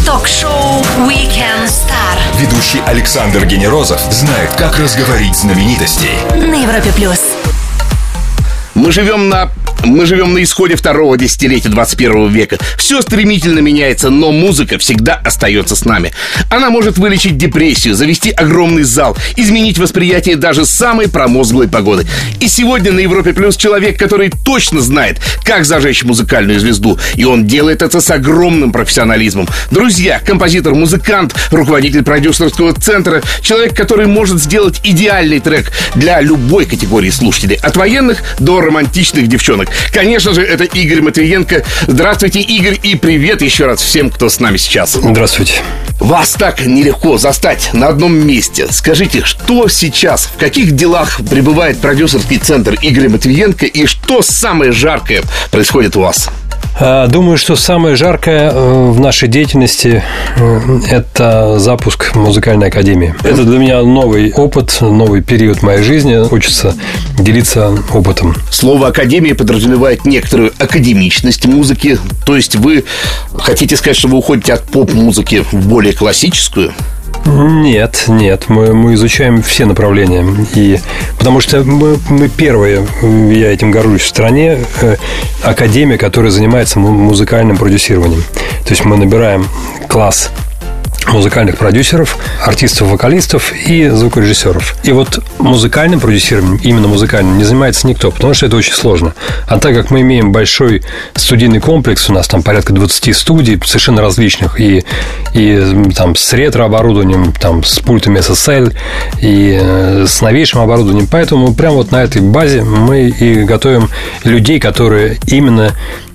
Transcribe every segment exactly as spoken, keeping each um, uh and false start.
Ток-шоу Weekend Star. Ведущий Александр Генерозов знает, как разговорить знаменитостей. На Европе Плюс. Мы живем на... Мы живем на исходе второго десятилетия двадцать первого века. Все стремительно меняется, но музыка всегда остается с нами. Она может вылечить депрессию, завести огромный зал, изменить восприятие даже самой промозглой погоды. И сегодня на Европе Плюс человек, который точно знает, как зажечь музыкальную звезду. И он делает это с огромным профессионализмом. Друзья, композитор, музыкант, руководитель продюсерского центра, человек, который может сделать идеальный трек для любой категории слушателей. От военных до романтичных девчонок. Конечно же, это Игорь Матвиенко. Здравствуйте, Игорь, и привет еще раз всем, кто с нами сейчас. Здравствуйте. Вас так нелегко застать на одном месте. Скажите, что сейчас, в каких делах пребывает продюсерский центр Игоря Матвиенко и что самое жаркое происходит у вас? Думаю, что самое жаркое в нашей деятельности – это запуск музыкальной академии. Это для меня новый опыт, новый период моей жизни. Хочется делиться опытом. Слово «академия» подразумевает некоторую академичность музыки. То есть вы хотите сказать, что вы уходите от поп-музыки в более классическую? Нет, нет, мы, мы изучаем все направления. И, потому что мы, мы первые, я этим горжусь, в стране, э, академия, которая занимается музыкальным продюсированием. То есть мы набираем класс музыкальных продюсеров, артистов-вокалистов и звукорежиссеров. И вот музыкальным продюсированием, именно музыкальным, не занимается никто, потому что это очень сложно. А так как мы имеем большой студийный комплекс, у нас там порядка двадцать студий совершенно различных, и, и там с ретро-оборудованием, там с пультами эс эс эл, и с новейшим оборудованием. Поэтому прямо вот на этой базе мы и готовим людей, которые именно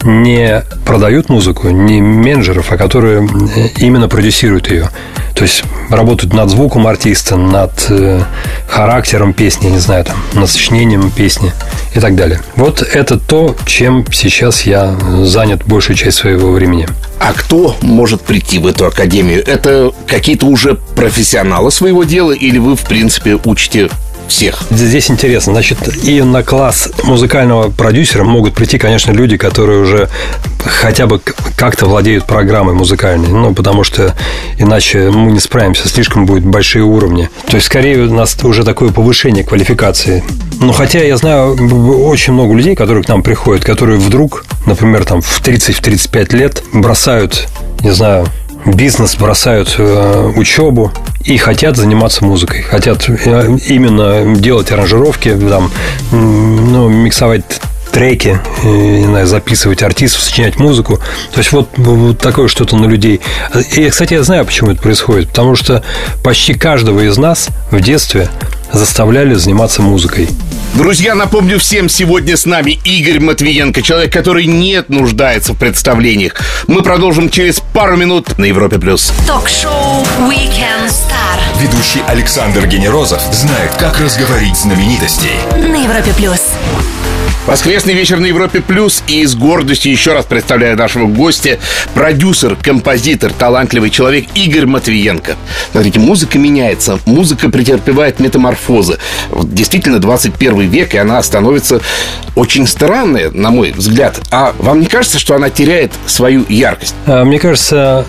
не продают музыку, не менеджеров, а которые именно продюсируют ее. То есть работают над звуком артиста, над э, характером песни, не знаю, там, над сочинением песни и так далее. Вот это то, чем сейчас я занят большую часть своего времени. А кто может прийти в эту академию? Это какие-то уже профессионалы своего дела или вы, в принципе, учите всех? Здесь интересно. Значит, и на класс музыкального продюсера могут прийти, конечно, люди, которые уже хотя бы как-то владеют программой музыкальной. Ну, потому что иначе мы не справимся, слишком будут большие уровни. То есть, скорее, у нас уже такое повышение квалификации. Ну, хотя я знаю очень много людей, которые к нам приходят, которые вдруг, например, там в тридцать-тридцать пять лет бросают, не знаю, бизнес, бросают э, учебу и хотят заниматься музыкой. Хотят э, именно делать аранжировки, там, ну, миксовать треки, э, не знаю, записывать артистов, сочинять музыку. То есть вот, вот такое что-то на людей. И, кстати, я знаю, почему это происходит. Потому что почти каждого из нас в детстве заставляли заниматься музыкой. Друзья, напомню всем, сегодня с нами Игорь Матвиенко, человек, который не нуждается в представлениях. Мы продолжим через пару минут на Европе+. Ток-шоу Weekend Star. Ведущий Александр Генерозов знает, как разговорить знаменитостей. На Европе+. Воскресный вечер на Европе Плюс. И с гордостью еще раз представляю нашего гостя, продюсер, композитор, талантливый человек Игорь Матвиенко. Смотрите, музыка меняется, музыка претерпевает метаморфозы. Действительно, двадцать первый век, и она становится очень странная, на мой взгляд. А вам не кажется, что она теряет свою яркость? Мне кажется,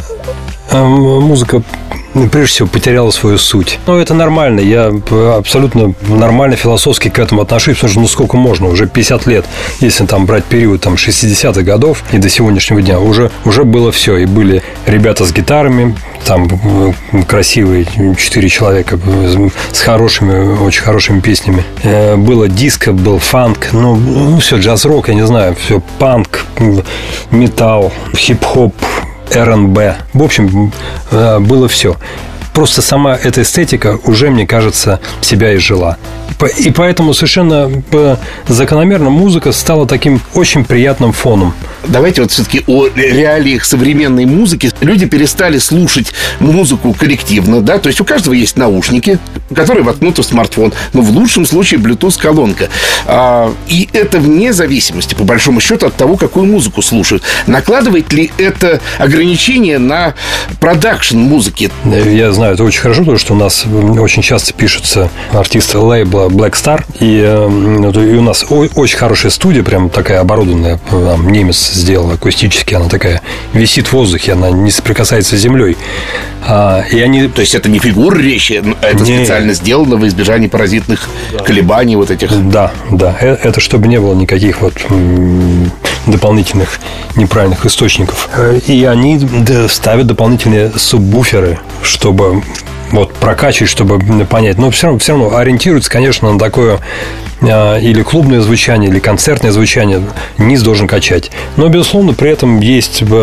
музыка прежде всего потеряла свою суть. Но это нормально. Я абсолютно нормально философски к этому отношусь, потому что ну сколько можно, уже пятьдесят лет, если там брать период там шестидесятых годов и до сегодняшнего дня, уже, уже было все. И были ребята с гитарами, там красивые четыре человека с хорошими, очень хорошими песнями. Было диско, был фанк, ну, ну все, джаз-рок, я не знаю, все, панк, металл, хип-хоп, эр энд би. В общем, было все. Просто сама эта эстетика уже, мне кажется, себя изжила. И поэтому совершенно закономерно музыка стала таким очень приятным фоном. Давайте вот все-таки о реалиях современной музыки. Люди перестали слушать музыку коллективно, да, то есть у каждого есть наушники, которые воткнуты в смартфон, но в лучшем случае Bluetooth-колонка. А, и это вне зависимости, по большому счету, от того, какую музыку слушают. Накладывает ли это ограничение на продакшн музыки? Я знаю, это очень хорошо, потому что у нас очень часто пишутся артисты лейбла Black Star. И, и у нас очень хорошая студия, прям такая оборудованная. Там немец сделал акустически. Она такая висит в воздухе, она не соприкасается с землей. И они... То есть это не фигура речи, это не... специально сделано во избежание паразитных да. колебаний вот этих. Да, да. Это чтобы не было никаких вот дополнительных неправильных источников. И они ставят дополнительные субвуферы, чтобы вот прокачивать, чтобы понять. Но все равно, все равно ориентируются, конечно, на такое или клубное звучание, или концертное звучание. Низ должен качать. Но, безусловно, при этом есть и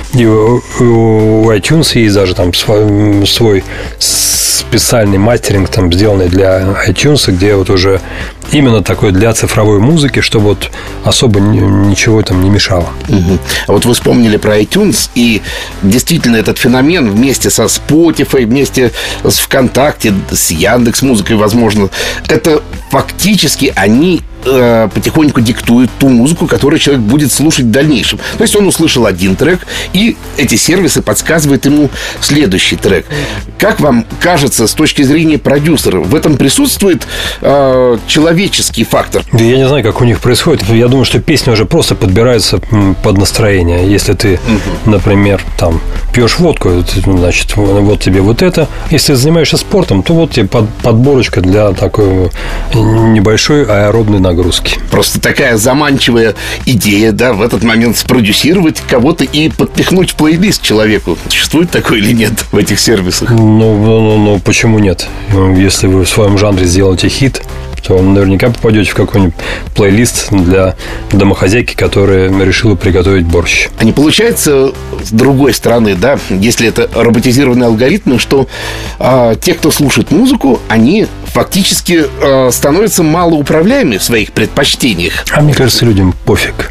у iTunes есть даже там свой специальный мастеринг, там, сделанный для iTunes, где вот уже именно такой для цифровой музыки, чтобы вот особо ничего там не мешало. Угу. А вот вы вспомнили про iTunes, и действительно этот феномен вместе со Spotify, вместе с ВКонтакте, с Яндекс.Музыкой, возможно, это фактически они э, потихоньку диктуют ту музыку, которую человек будет слушать в дальнейшем. То есть он услышал один трек, и эти сервисы подсказывают ему следующий трек. Как вам кажется, с точки зрения продюсера, в этом присутствует э, человеческий фактор? Да я не знаю, как у них происходит. Я думаю, что песня уже просто подбирается под настроение. Если ты, угу. например, там пьешь водку, значит, вот тебе вот это. Если ты занимаешься спортом, то вот тебе под, подборочка для такой небольшой аэробной нагрузки. Просто такая заманчивая идея, да, в этот момент спродюсировать кого-то и подпихнуть в плейлист человеку. Существует такое или нет в этих сервисах? Ну, ну, ну почему нет? Если вы в своем жанре сделаете хит, то наверняка попадете в какой-нибудь плейлист для домохозяйки, которая решила приготовить борщ. А не получается с другой стороны, да, если это роботизированные алгоритмы, что э, те, кто слушает музыку, они фактически э, становятся малоуправляемыми в своих предпочтениях. А мне кажется, людям пофиг.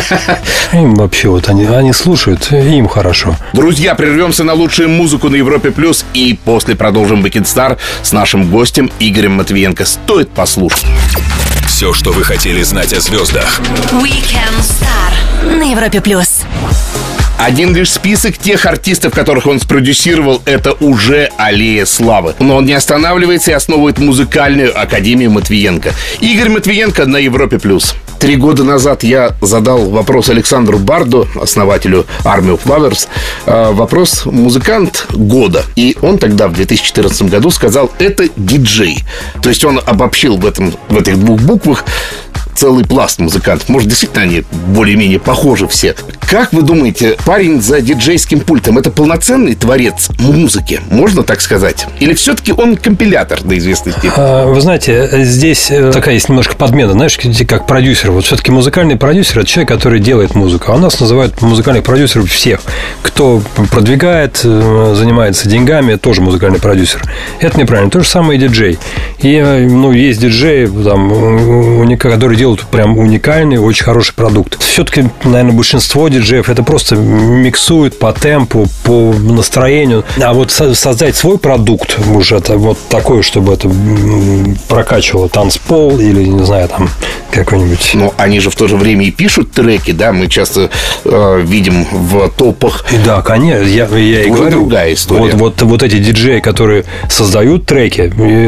Им вообще вот они, они слушают, и им хорошо. Друзья, прервемся на лучшую музыку на Европе Плюс, и после продолжим Weekend Star с нашим гостем Игорем Матвиенко. Стоит послушать. Все, что вы хотели знать о звездах. Weekend Star на Европе Плюс. Один лишь список тех артистов, которых он спродюсировал, это уже аллея славы. Но он не останавливается и основывает музыкальную академию Матвиенко. Игорь Матвиенко на Европе Плюс. Три года назад я задал вопрос Александру Барду, основателю Army of Lovers, вопрос «Музыкант года». И он тогда, в две тысячи четырнадцатом году, сказал, это диджей. То есть он обобщил в, этом, в этих двух буквах целый пласт музыкантов. Может, действительно, они более-менее похожи все. Как вы думаете, парень за диджейским пультом — это полноценный творец музыки? Можно так сказать? Или все-таки он компилятор до известной степени? А, вы знаете, здесь такая есть немножко подмена. Знаешь, как продюсер. Вот все-таки музыкальный продюсер — это человек, который делает музыку. А у нас называют музыкальных продюсеров всех. Кто продвигает, занимается деньгами, тоже музыкальный продюсер. Это неправильно. То же самое и диджей. И, ну, есть диджеи, там, которые делают прям уникальный, очень хороший продукт. Все-таки, наверное, большинство диджеев это просто миксуют по темпу, по настроению. А вот создать свой продукт уже это вот такой, чтобы это прокачивало танцпол или, не знаю, там какой-нибудь. Но они же в то же время и пишут треки, да? Мы часто э, видим в топах. И да, конечно. Я, я и говорю. Другая история. Вот, вот, вот эти диджеи, которые создают треки,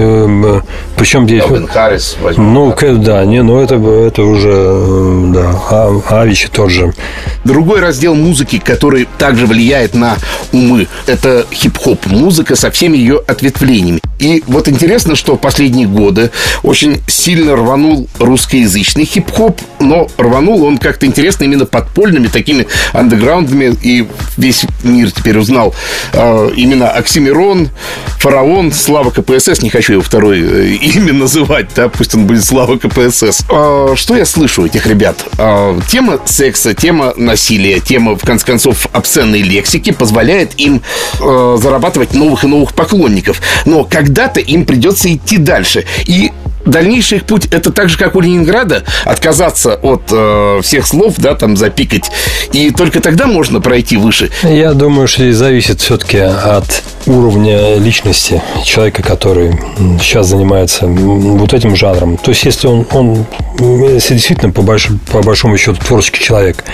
и, причем здесь... Элвин Харрис возьмем. Ну, да, да не, ну это, это уже, да, а, Авичи тот же. Другой раздел музыки, который также влияет на умы, это хип-хоп музыка со всеми ее ответвлениями. И вот интересно, что в последние годы очень сильно рванул русскоязычный хип-хоп, но рванул он как-то интересно именно подпольными такими андеграундами, и весь мир теперь узнал э, именно Оксимирон, Фараон, Слава КПСС. Не хочу его второе имя называть, да, пусть он будет Слава КПСС. Э, что я слышу у этих ребят? Э, тема секса, тема насилия, тема, в конце концов, обсценной лексики позволяет им э, зарабатывать новых и новых поклонников. Но когда-то им придется идти дальше. И дальнейший их путь — это так же, как у Ленинграда, отказаться от э, всех слов, да, там, запикать. И только тогда можно пройти выше. Я думаю, что здесь зависит все-таки от уровня личности человека, который сейчас занимается вот этим жанром. То есть, если он, он если действительно по, больш, по большому счету творческий человек,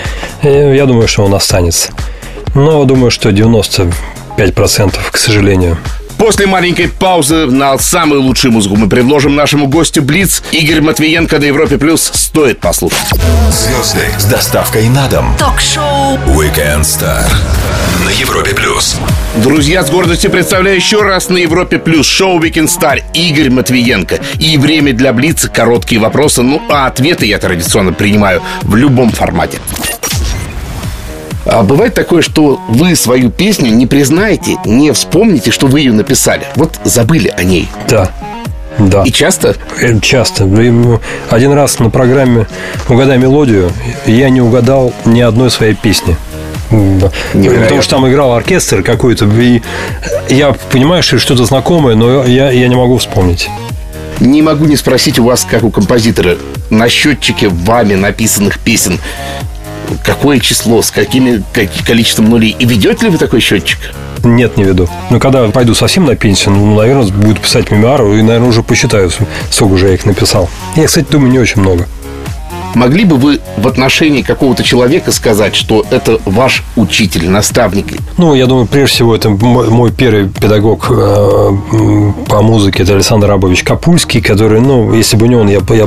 я думаю, что он останется. Но думаю, что девяносто пять процентов, к сожалению. После маленькой паузы на самую лучшую музыку мы предложим нашему гостю Блиц. Игорь Матвиенко на Европе Плюс. Стоит послушать. Звезды с доставкой на дом. Ток-шоу Weekend Star на Европе Плюс. Друзья, с гордостью представляю еще раз на Европе Плюс шоу Weekend Star Игорь Матвиенко. И время для Блица, короткие вопросы. Ну, а ответы я традиционно принимаю в любом формате. А бывает такое, что вы свою песню не признаете, не вспомните, что вы ее написали. Вот забыли о ней. Да. Да. И часто? Часто. Один раз на программе «Угадай мелодию» я не угадал ни одной своей песни. Невероятно. Потому что там играл оркестр какой-то. И я понимаю, что что-то знакомое, но я, я не могу вспомнить. Не могу не спросить у вас, как у композитора, на счетчике вами написанных песен какое число, с каким количеством нулей? И ведете ли вы такой счетчик? Нет, не веду. Но когда пойду совсем на пенсию, ну, наверное, буду писать мемуары и, наверное, уже посчитаю, сколько уже я их написал. Я, кстати, думаю, не очень много. Могли бы вы в отношении какого-то человека сказать, что это ваш учитель, наставник? Ну, я думаю, прежде всего, это мой, мой первый педагог э, по музыке, это Александр Абович Капульский, который, ну, если бы не он, я, я, я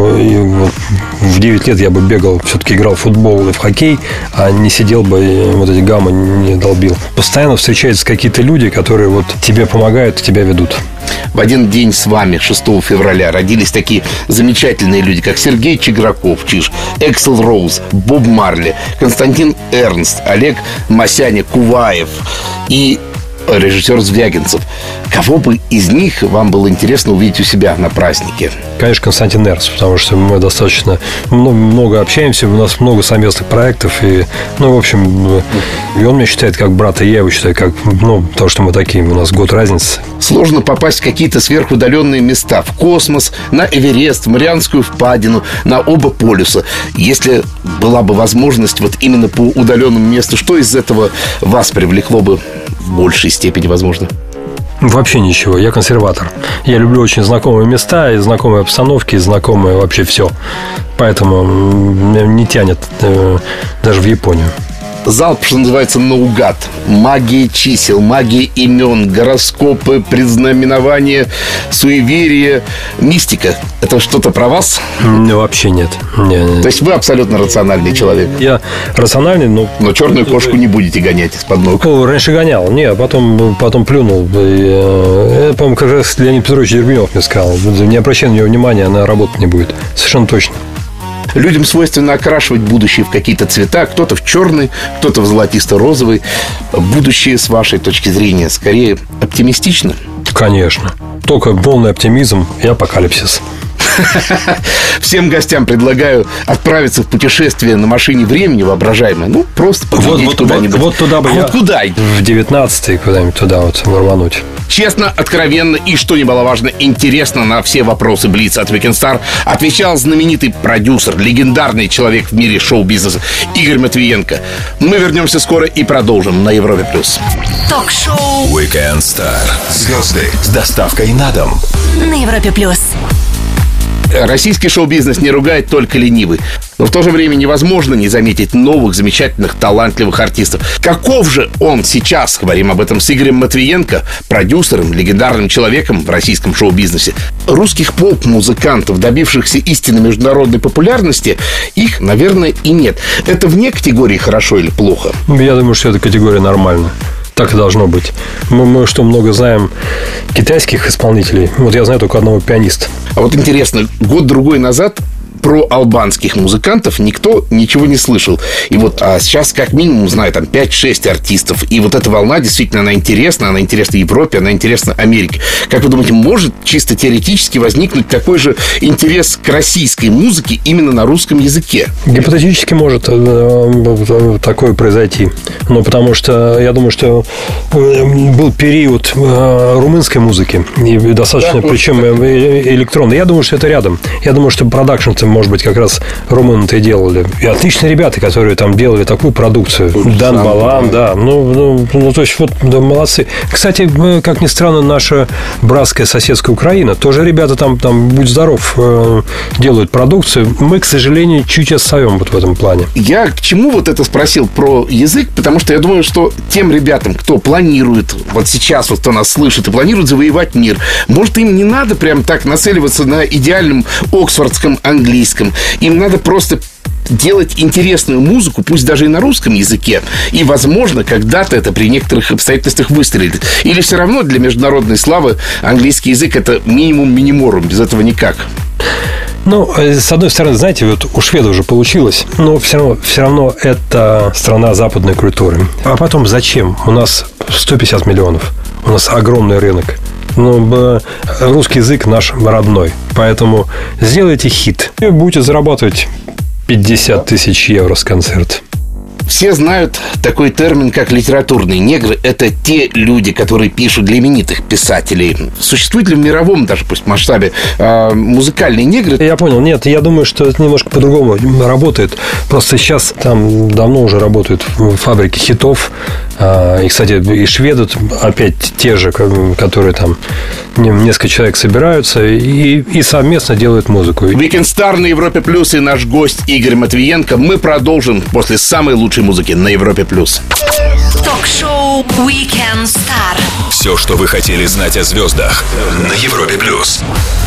в девять лет я бы бегал, все-таки играл в футбол и в хоккей, а не сидел бы и вот эти гаммы не долбил. Постоянно встречаются какие-то люди, которые вот тебе помогают и тебя ведут. В один день с вами, шестого февраля, родились такие замечательные люди, как Сергей Чиграков, Чиж, Эксел Роуз, Боб Марли, Константин Эрнст, Олег Масяня Куваев и режиссер Звягинцев. Кого бы из них вам было интересно увидеть у себя на празднике? Конечно, Константин Эрнст, потому что мы достаточно много, много общаемся, у нас много совместных проектов. И, ну, в общем, и он меня считает как брата, и я его считаю как, ну, потому что мы такие, у нас год разницы. Сложно попасть в какие-то сверхудаленные места, в космос, на Эверест, в Марианскую впадину, на оба полюса. Если была бы возможность вот именно по удаленному месту, что из этого вас привлекло бы в большей степени, возможно? Вообще ничего, я консерватор. Я люблю очень знакомые места, и знакомые обстановки, и знакомые вообще все. Поэтому не тянет э, даже в Японию. Залп, что называется, наугад. Магия чисел, магия имен, гороскопы, предзнаменования, суеверие, мистика. Это что-то про вас? Вообще нет. Не, не. То есть вы абсолютно рациональный человек? Я рациональный, но... Но черную кошку не будете гонять из-под ног? Ну, раньше гонял, не, а потом, потом плюнул. И, по-моему, как раз Леонид Петрович Дербенев мне сказал: не обращай на нее внимания, она работать не будет. Совершенно точно. Людям свойственно окрашивать будущее в какие-то цвета. Кто-то в черный, кто-то в золотисто-розовый. Будущее, с вашей точки зрения, скорее оптимистично? Конечно. Только полный оптимизм и апокалипсис. Всем гостям предлагаю отправиться в путешествие на машине времени воображаемое. Ну, просто поглядеть вот, куда-нибудь. Вот, вот туда бы а я вот куда? В девятнадцатый куда-нибудь туда вот рвануть. Честно, откровенно и, что немаловажно, интересно на все вопросы Блица от Weekend Star отвечал знаменитый продюсер, легендарный человек в мире шоу-бизнеса Игорь Матвиенко. Мы вернемся скоро и продолжим на Европе+. Ток-шоу Weekend Star. Звезды с доставкой на дом. На Европе+. Российский шоу-бизнес не ругает только ленивый. Но в то же время невозможно не заметить новых, замечательных, талантливых артистов. Каков же он сейчас? Говорим об этом с Игорем Матвиенко, продюсером, легендарным человеком в российском шоу-бизнесе. Русских поп-музыкантов, добившихся истинно международной популярности, их, наверное, и нет. Это вне категории хорошо или плохо? Я думаю, что эта категория нормальная. Так и должно быть. Мы, мы что, много знаем китайских исполнителей? Вот я знаю только одного пианиста. А вот интересно, год-другой назад про албанских музыкантов никто ничего не слышал. И вот а сейчас как минимум знаю там пять-шесть артистов. И вот эта волна действительно, она интересна. Она интересна Европе, она интересна Америке. Как вы думаете, может чисто теоретически возникнуть такой же интерес к российской музыке именно на русском языке? Гипотетически может такое произойти. Ну, потому что я думаю, что был период румынской музыки. И достаточно, да, причем электронной. Я думаю, что это рядом. Я думаю, что продакшн-то может быть, как раз румыны-то и делали. И отличные ребята, которые там делали такую продукцию. Тут Дан сам, Балан, да. да. Ну, ну, ну, то есть, вот, да, молодцы. Кстати, как ни странно, наша братская соседская Украина, тоже ребята там, там будь здоров, делают продукцию. Мы, к сожалению, чуть отстаем вот в этом плане. Я к чему вот это спросил про язык? Потому что я думаю, что тем ребятам, кто планирует, вот сейчас вот кто нас слышит и планирует завоевать мир, может, им не надо прям так нацеливаться на идеальном оксфордском английском. Им надо просто делать интересную музыку, пусть даже и на русском языке. И, возможно, когда-то это при некоторых обстоятельствах выстрелит. Или все равно для международной славы английский язык — это минимум миниморум. Без этого никак. Ну, с одной стороны, знаете, вот у шведов уже получилось, но все равно, все равно это страна западной культуры. А потом зачем? У нас сто пятьдесят миллионов. У нас огромный рынок. Ну, русский язык наш родной. Поэтому сделайте хит и будете зарабатывать пятьдесят тысяч евро с концерта. Все знают такой термин, как литературные негры. Это те люди, которые пишут для именитых писателей. Существует ли в мировом, даже пусть масштабе, музыкальные негры? Я понял. Нет, я думаю, что это немножко по-другому работает. Просто сейчас там давно уже работают фабрики хитов. И, кстати, и шведы опять те же, которые там несколько человек собираются и, и совместно делают музыку. Weekend Star на Европе Плюс и наш гость Игорь Матвиенко. Мы продолжим после самой лучшей музыки на Европе Плюс. Ток-шоу Weekend Star. Все, что вы хотели знать о звездах на Европе Плюс.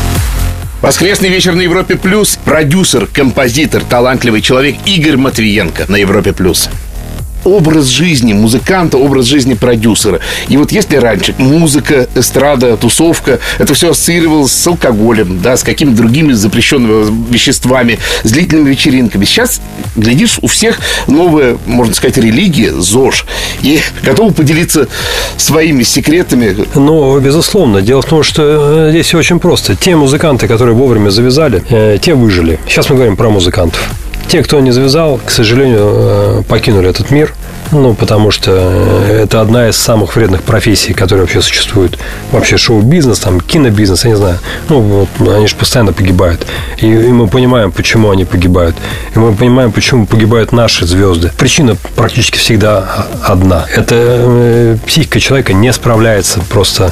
Воскресный вечер на Европе Плюс. Продюсер, композитор, талантливый человек Игорь Матвиенко на Европе Плюс. Образ жизни музыканта, образ жизни продюсера. И вот если раньше музыка, эстрада, тусовка, это все ассоциировалось с алкоголем, да, с какими-то другими запрещенными веществами, с длительными вечеринками. Сейчас, глядишь, у всех новая, можно сказать, религия, ЗОЖ. И готовы поделиться своими секретами. Ну, безусловно. Дело в том, что здесь очень просто. Те музыканты, которые вовремя завязали, те выжили. Сейчас мы говорим про музыкантов. Те, кто не завязал, к сожалению, покинули этот мир. Ну, потому что это одна из самых вредных профессий, которые вообще существуют. Вообще шоу-бизнес, там, кинобизнес, я не знаю. Ну, вот, они же постоянно погибают. И, и мы понимаем, почему они погибают. И мы понимаем, почему погибают наши звезды. Причина практически всегда одна. Это э, психика человека не справляется просто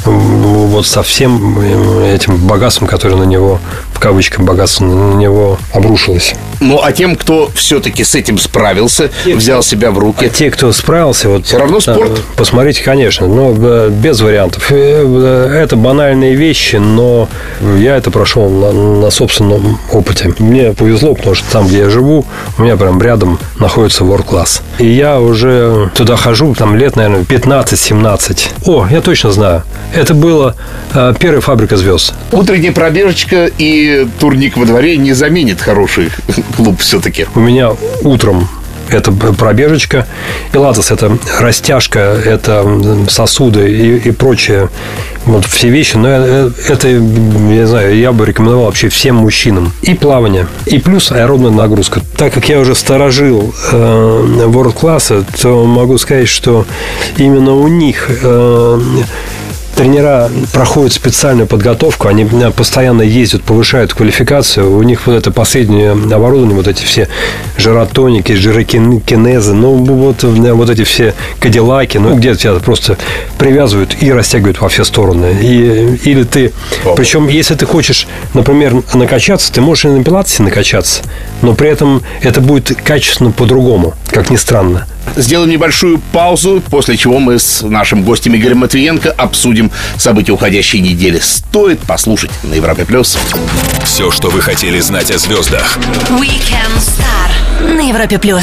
вот со всем этим богатством, которое на него, в кавычках, богатство на него обрушилось. Ну, а тем, кто все-таки с этим справился, взял себя в руки. А те, кто справился, вот все равно спорт. Посмотрите, конечно, но без вариантов. Это банальные вещи, но я это прошел на, на собственном опыте. Мне повезло, потому что там, где я живу, у меня прям рядом находится World Class. И я уже туда хожу, там лет, наверное, пятнадцать-семнадцать. О, я точно знаю. Это была первая фабрика звезд. Утренняя пробежечка и турник во дворе не заменит хороший клуб все-таки. У меня утром это пробежечка, пилатес – это растяжка, это сосуды и, и прочее, вот все вещи. Но это, я не знаю, я бы рекомендовал вообще всем мужчинам. И плавание, и плюс аэробная нагрузка. Так как я уже сторожил э, World Class, то могу сказать, что именно у них э, тренера проходят специальную подготовку, они постоянно ездят, повышают квалификацию. У них вот это последнее оборудование, вот эти все жиротоники, жирокинезы, ну, вот, вот эти все кадиллаки, ну, где тебя просто привязывают и растягивают во все стороны. И, или ты... Причем, если ты хочешь, например, накачаться, ты можешь и на пилатесе накачаться, но при этом это будет качественно по-другому, как ни странно. Сделаем небольшую паузу, после чего мы с нашим гостем Игорем Матвиенко обсудим события уходящей недели. Стоит послушать на Европе Плюс. Все, что вы хотели знать о звездах. Weekend Star на Европе Плюс.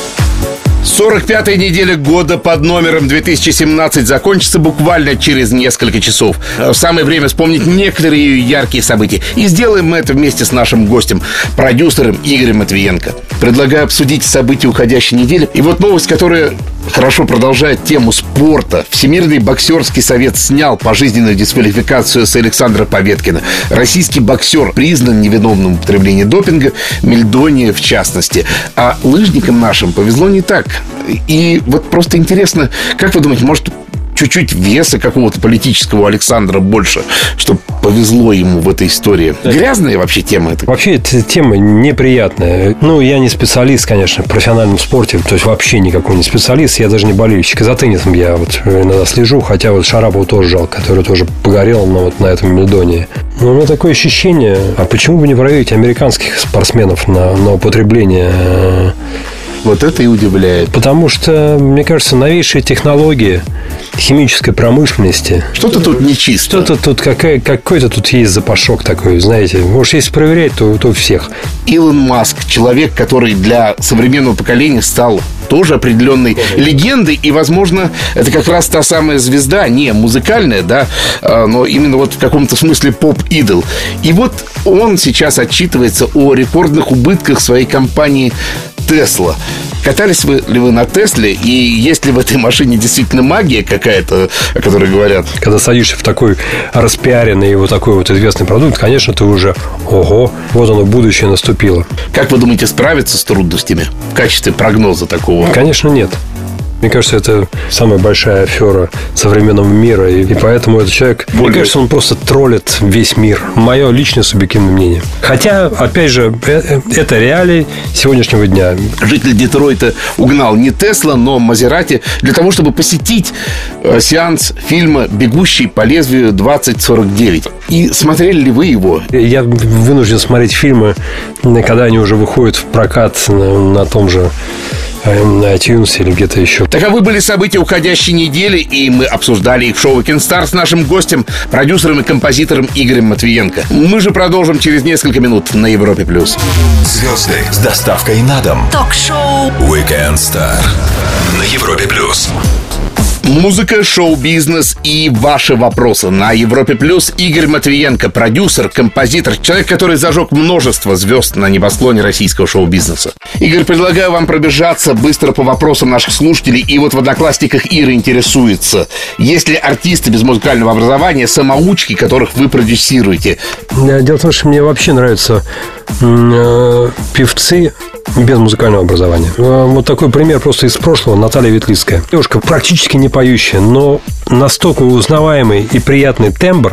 сорок пятая неделя года под номером две тысячи семнадцать закончится буквально через несколько часов. Самое время вспомнить некоторые яркие события. И сделаем мы это вместе с нашим гостем, продюсером Игорем Матвиенко. Предлагаю обсудить события уходящей недели. И вот новость, которая хорошо продолжает тему спорта. Всемирный боксерский совет снял пожизненную дисквалификацию с Александра Поветкина. Российский боксер признан невиновным в употреблении допинга, Мельдония в частности. А лыжникам нашим повезло не так. И вот просто интересно, как вы думаете, может, чуть-чуть веса какого-то политического у Александра больше, чтобы повезло ему в этой истории. Грязная вообще тема эта. Вообще, эта тема неприятная. Ну, я не специалист, конечно, в профессиональном спорте, то есть вообще никакой не специалист, я даже не болельщик. И за теннисом я вот иногда слежу, хотя вот Шарапову тоже жалко, который тоже погорел на, вот, на этом Мельдоне. Но у меня такое ощущение, а почему бы не проверить американских спортсменов на, на употребление? Вот это и удивляет. Потому что, мне кажется, новейшие технологии химической промышленности. Что-то тут нечисто. Что-то тут, какая, какой-то тут есть запашок такой, знаете. Может, если проверять, то, то у всех. Илон Маск, человек, который для современного поколения стал тоже определенной легендой. И, возможно, это как раз та самая звезда, не музыкальная, да, но именно вот в каком-то смысле поп-идол. И вот он сейчас отчитывается о рекордных убытках своей компании Tesla. Катались вы ли вы на Тесле? И есть ли в этой машине действительно магия какая-то, о которой говорят? Когда садишься в такой распиаренный и вот такой вот известный продукт, конечно, ты уже, ого, вот оно, будущее наступило. Как вы думаете, справиться с трудностями в качестве прогноза такого? Конечно, нет. Мне кажется, это самая большая афера современного мира. И, и поэтому этот человек, Более... мне кажется, он просто троллит весь мир. Мое личное субъективное мнение. Хотя, опять же, это реалии сегодняшнего дня. Житель Детройта угнал не Тесла, но Мазерати для того, чтобы посетить сеанс фильма «Бегущий по лезвию двадцать сорок девять». И смотрели ли вы его? Я вынужден смотреть фильмы, когда они уже выходят в прокат на, на том же на iTunes или где-то еще. Таковы были события уходящей недели, и мы обсуждали их в шоу Weekend Star с нашим гостем, продюсером и композитором Игорем Матвиенко. Мы же продолжим через несколько минут на Европе+. Звезды с доставкой на дом. Ток-шоу Weekend Star на Европе+. Музыка, шоу-бизнес и ваши вопросы на Европе+. Игорь Матвиенко, продюсер, композитор, человек, который зажег множество звезд на небосклоне российского шоу-бизнеса. Игорь, предлагаю вам пробежаться быстро по вопросам наших слушателей. И вот в Одноклассниках Ира интересуется: есть ли артисты без музыкального образования, самоучки, которых вы продюсируете? Дело в том, что мне вообще нравятся э, певцы без музыкального образования. Вот такой пример просто из прошлого. Наталья Ветлицкая. Девушка практически не поющая, но настолько узнаваемый и приятный тембр,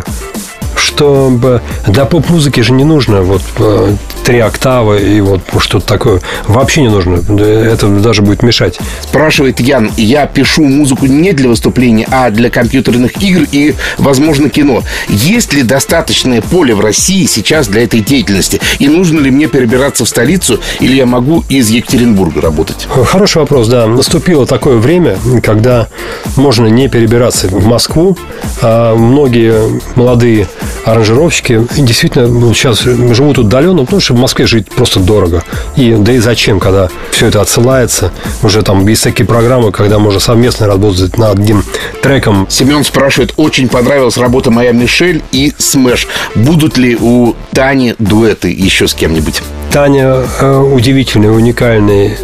что для поп-музыки же не нужно вот три октавы и вот что-то такое. Вообще не нужно. Это даже будет мешать. Спрашивает Ян: я пишу музыку не для выступления, а для компьютерных игр и, возможно, кино. Есть ли достаточное поле в России сейчас для этой деятельности? И нужно ли мне перебираться в столицу, или я могу из Екатеринбурга работать? Хороший вопрос, да. Наступило такое время, когда можно не перебираться в Москву. А многие молодые аранжировщики действительно сейчас живут удаленно, потому что в Москве жить просто дорого. И да и зачем, когда все это отсылается. Уже там есть такие программы, когда можно совместно работать над одним треком. Семен спрашивает: очень понравилась работа «Моя Мишель» и «Смэш». Будут ли у Тани дуэты еще с кем-нибудь? Таня э, удивительный, уникальный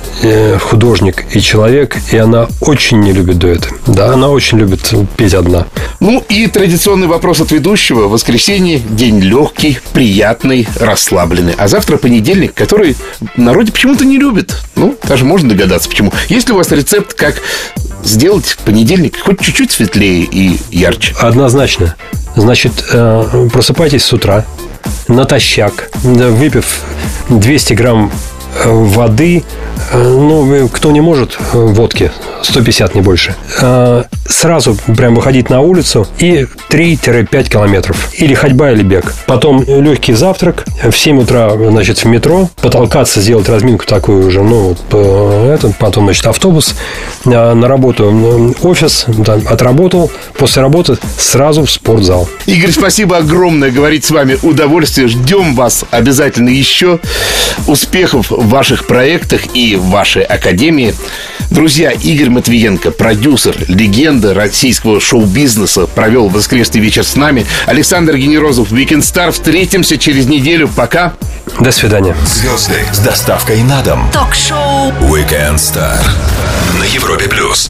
художник и человек, и она очень не любит дуэты. Да, она очень любит петь одна. Ну и традиционный вопрос от ведущего. Воскресенье, день легкий, приятный, расслабленный. А завтра понедельник, который в народе почему-то не любит. Ну, даже можно догадаться, почему. Есть ли у вас рецепт, как сделать понедельник хоть чуть-чуть светлее и ярче? Однозначно. Значит, просыпайтесь с утра натощак, выпив двести грамм воды, ну, кто не может, водки, сто пятьдесят, не больше. Сразу прям выходить на улицу и три-пять километров. Или ходьба, или бег. Потом легкий завтрак. В семь утра, значит, в метро. Потолкаться, сделать разминку такую уже. Ну, это, потом, значит, автобус. На работу офис. Отработал. После работы сразу в спортзал. Игорь, спасибо огромное. Говорить с вами удовольствие. Ждем вас обязательно еще. Успехов в ваших проектах и в вашей академии. Друзья, Игорь Матвиенко, продюсер, легенда российского шоу-бизнеса, провел воскресный вечер с нами. Александр Генерозов, Weekend Star. Встретимся через неделю. Пока. До свидания. Звезды с доставкой на дом. Ток-шоу Weekend Star на Европе+.